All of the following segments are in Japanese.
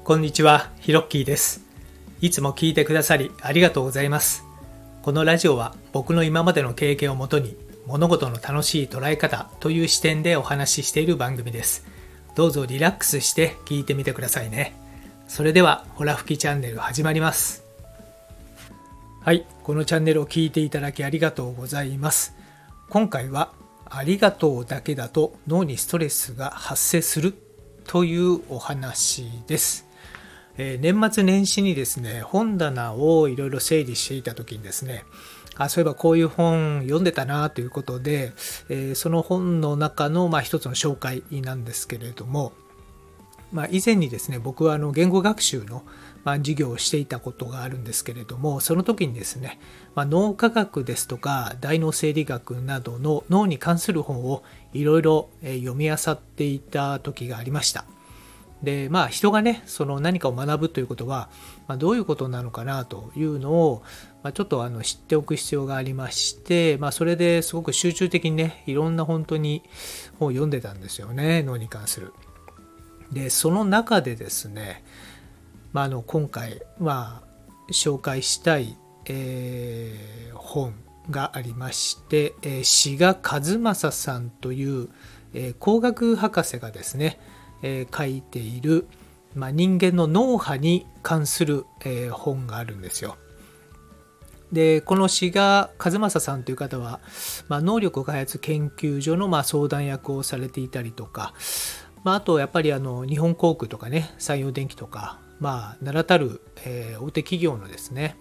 こんにちは、ヒロッキーです。いつも聞いてくださりありがとうございます。このラジオは僕の今までの経験をもとに物事の楽しい捉え方という視点でお話ししている番組です。どうぞリラックスして聞いてみてくださいね。それではホラ吹きチャンネル始まります。はい、このチャンネルを聞いていただきありがとうございます。今回はありがとうだけだと脳にストレスが発生するというお話です。年末年始にですね、本棚をいろいろ整理していた時にですね、そういえばこういう本読んでたなということで、その本の中の一つの紹介なんですけれども、以前にですね、僕は言語学習の授業をしていたことがあるんですけれども、その時にですね、脳科学ですとか大脳生理学などの脳に関する本をいろいろ読み漁っていた時がありました。で人がねその何かを学ぶということは、どういうことなのかなというのを、ちょっと知っておく必要がありまして、それですごく集中的にねいろんな本当に本を読んでたんですよね、脳に関する。でその中でですね、今回紹介したい、本がありまして、志賀和正さんという、工学博士がですね書いている、人間の脳波に関する、本があるんですよ。でこの志賀和正さんという方は、能力開発研究所の相談役をされていたりとか、あとやっぱり日本航空とかね、山陽電機とか、名だたる、大手企業のですね、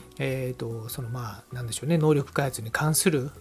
なんでしょうね、能力開発に関する、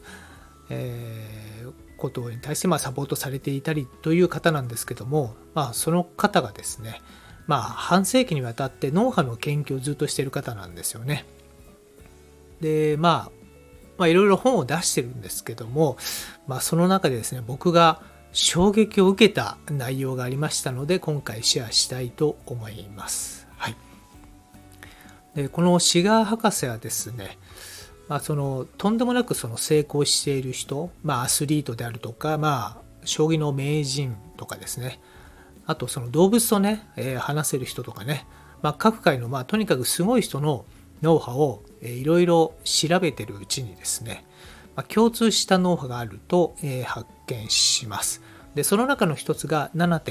ことに対してサポートされていたりという方なんですけども、その方がですね、半世紀にわたって脳波の研究をずっとしている方なんですよね。でいろいろ本を出してるんですけども、その中でですね、僕が衝撃を受けた内容がありましたので、今回シェアしたいと思います。はい。でこの志賀博士はですね、とんでもなく成功している人、アスリートであるとか、将棋の名人とかですね、あと動物とね、話せる人とかね、各界のとにかくすごい人の脳波をいろいろ調べてるうちにですね、共通した脳波があると、発見します。でその中の一つが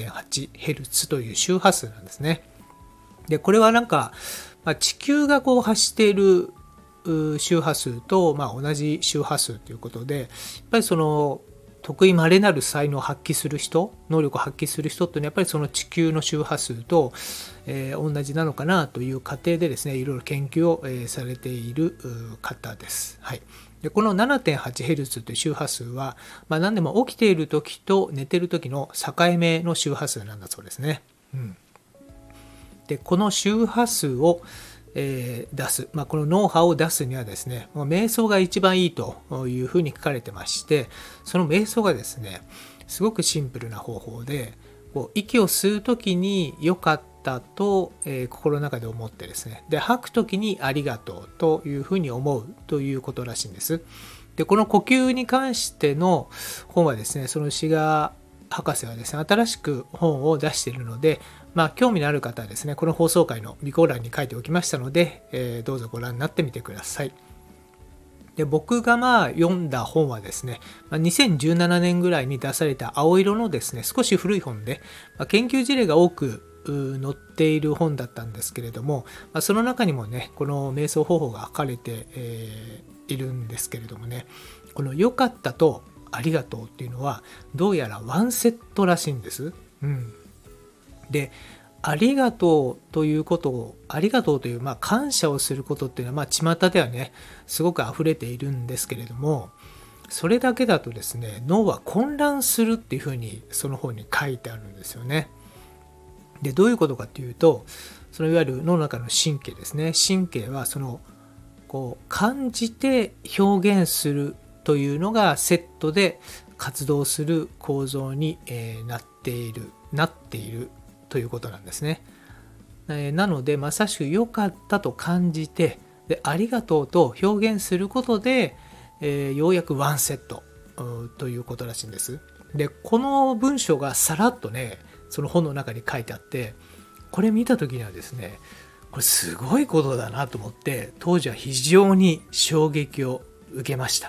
7.8Hz という周波数なんですね。でこれは地球が発している周波数と、同じ周波数ということで、やっぱり得意稀なる才能を発揮する人、能力を発揮する人っていうのはやっぱりその地球の周波数と、同じなのかなという過程でですね、いろいろ研究を、されている方です。はい。でこの 7.8Hz という周波数は、何でも起きている時と寝ている時の境目の周波数なんだそうですね。でこの周波数を出す、この脳波を出すにはですね、瞑想が一番いいというふうに書かれてまして、その瞑想がですね、すごくシンプルな方法で、息を吸うときに良かったと、心の中で思ってですね、で吐くときにありがとうというふうに思うということらしいんです。でこの呼吸に関しての本はですね、その志賀博士はですね、新しく本を出しているので、興味のある方はですね、この放送回の備考欄に書いておきましたので、どうぞご覧になってみてください。で僕が読んだ本はですね、2017年ぐらいに出された青色のですね、少し古い本で、研究事例が多く載っている本だったんですけれども、その中にもね、この瞑想方法が書かれて、いるんですけれどもね、この良かったとありがとうっていうのはどうやらワンセットらしいんです。でありがとうということを、ありがとうという感謝をすることっていうのは巷ではねすごく溢れているんですけれども、それだけだとですね、脳は混乱するっていうふうにその本に書いてあるんですよね。でどういうことかというと、いわゆる脳の中の神経ですね、神経は感じて表現するというのがセットで活動する構造になっているということなんですね。なのでまさしく良かったと感じて、でありがとうと表現することで、ようやくワンセットということらしいんです。でこの文章がさらっとねその本の中に書いてあって、 これ見た時にはですね、これすごいことだなと思って、当時は非常に衝撃を受けました。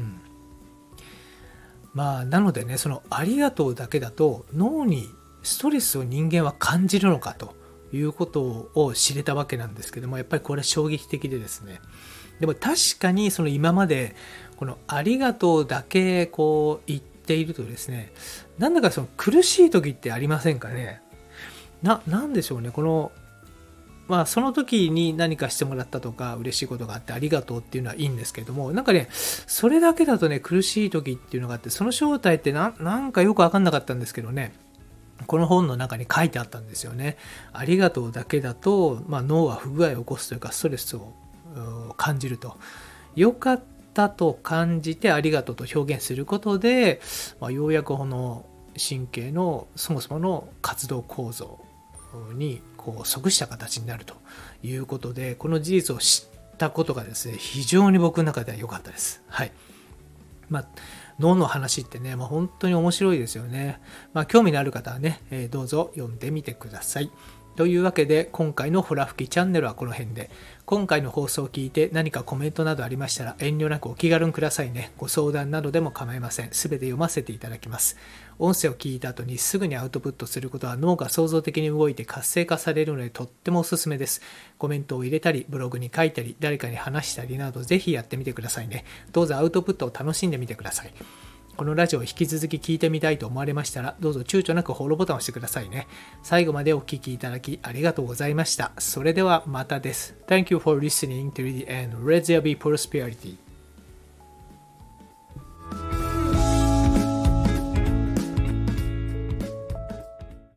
なのでね、そのありがとうだけだと脳にストレスを人間は感じるのかということを知れたわけなんですけども、やっぱりこれは衝撃的でですね。でも確かにその今までこのありがとうだけこう言っているとですね、なんだかその苦しい時ってありませんかね。なんでしょうね、このその時に何かしてもらったとか嬉しいことがあってありがとうっていうのはいいんですけども、なんかね、それだけだとね、苦しい時っていうのがあって、その正体ってなんかよくわかんなかったんですけどね、この本の中に書いてあったんですよね。ありがとうだけだと、脳は不具合を起こすというかストレスを感じると。よかったと感じてありがとうと表現することで、ようやくこの神経のそもそもの活動構造にこう即した形になるということで、この事実を知ったことがですね、非常に僕の中では良かったです。はい。脳の話ってね、本当に面白いですよね。興味のある方はね、どうぞ読んでみてください。というわけで、今回のほら吹きチャンネルはこの辺で。今回の放送を聞いて何かコメントなどありましたら遠慮なくお気軽にくださいね。ご相談などでも構いません。すべて読ませていただきます。音声を聞いた後にすぐにアウトプットすることは脳が創造的に動いて活性化されるのでとってもおすすめです。コメントを入れたり、ブログに書いたり、誰かに話したりなどぜひやってみてくださいね。どうぞアウトプットを楽しんでみてください。このラジオを引き続き聞いてみたいと思われましたら、どうぞ躊躇なくフォローボタンを押してくださいね。最後までお聞きいただきありがとうございました。それではまたです。Thank you for listening to the end. Let there be prosperity.